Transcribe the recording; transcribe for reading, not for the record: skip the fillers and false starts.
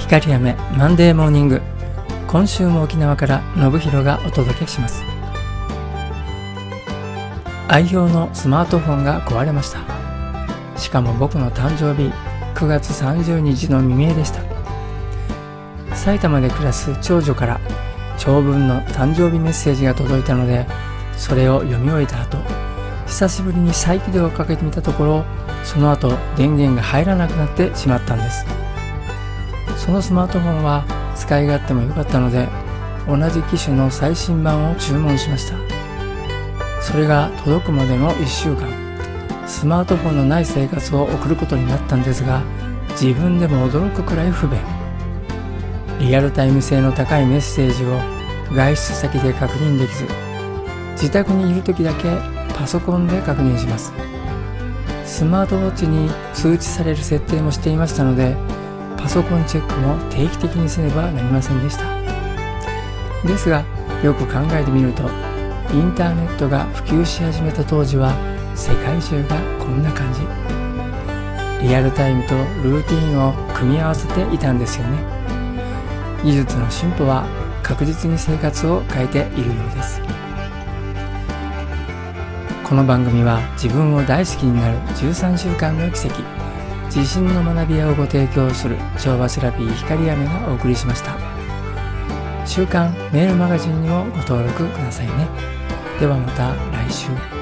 光雨マンデーモーニング。今週も沖縄から信弘がお届けします。愛用のスマートフォンが壊れました。しかも僕の誕生日9月30日の未明でした。埼玉で暮らす長女から長文の誕生日メッセージが届いたので、それを読み終えた後、久しぶりに再起動をかけてみたところ、その後電源が入らなくなってしまったんです。そのスマートフォンは使い勝手も良かったので、同じ機種の最新版を注文しました。それが届くまでの1週間、スマートフォンのない生活を送ることになったんですが、自分でも驚くくらい不便。リアルタイム性の高いメッセージを外出先で確認できず、自宅にいる時だけパソコンで確認します。スマートウォッチに通知される設定もしていましたので、パソコンチェックも定期的にせねばなりませんでした。ですが、よく考えてみると、インターネットが普及し始めた当時は世界中がこんな感じ。リアルタイムとルーティンを組み合わせていたんですよね。技術の進歩は確実に生活を変えているようです。この番組は自分を大好きになる13週間の奇跡、自信の学び屋をご提供する調和セラピー光雨がお送りしました。週刊メールマガジンにもご登録くださいね。ではまた来週。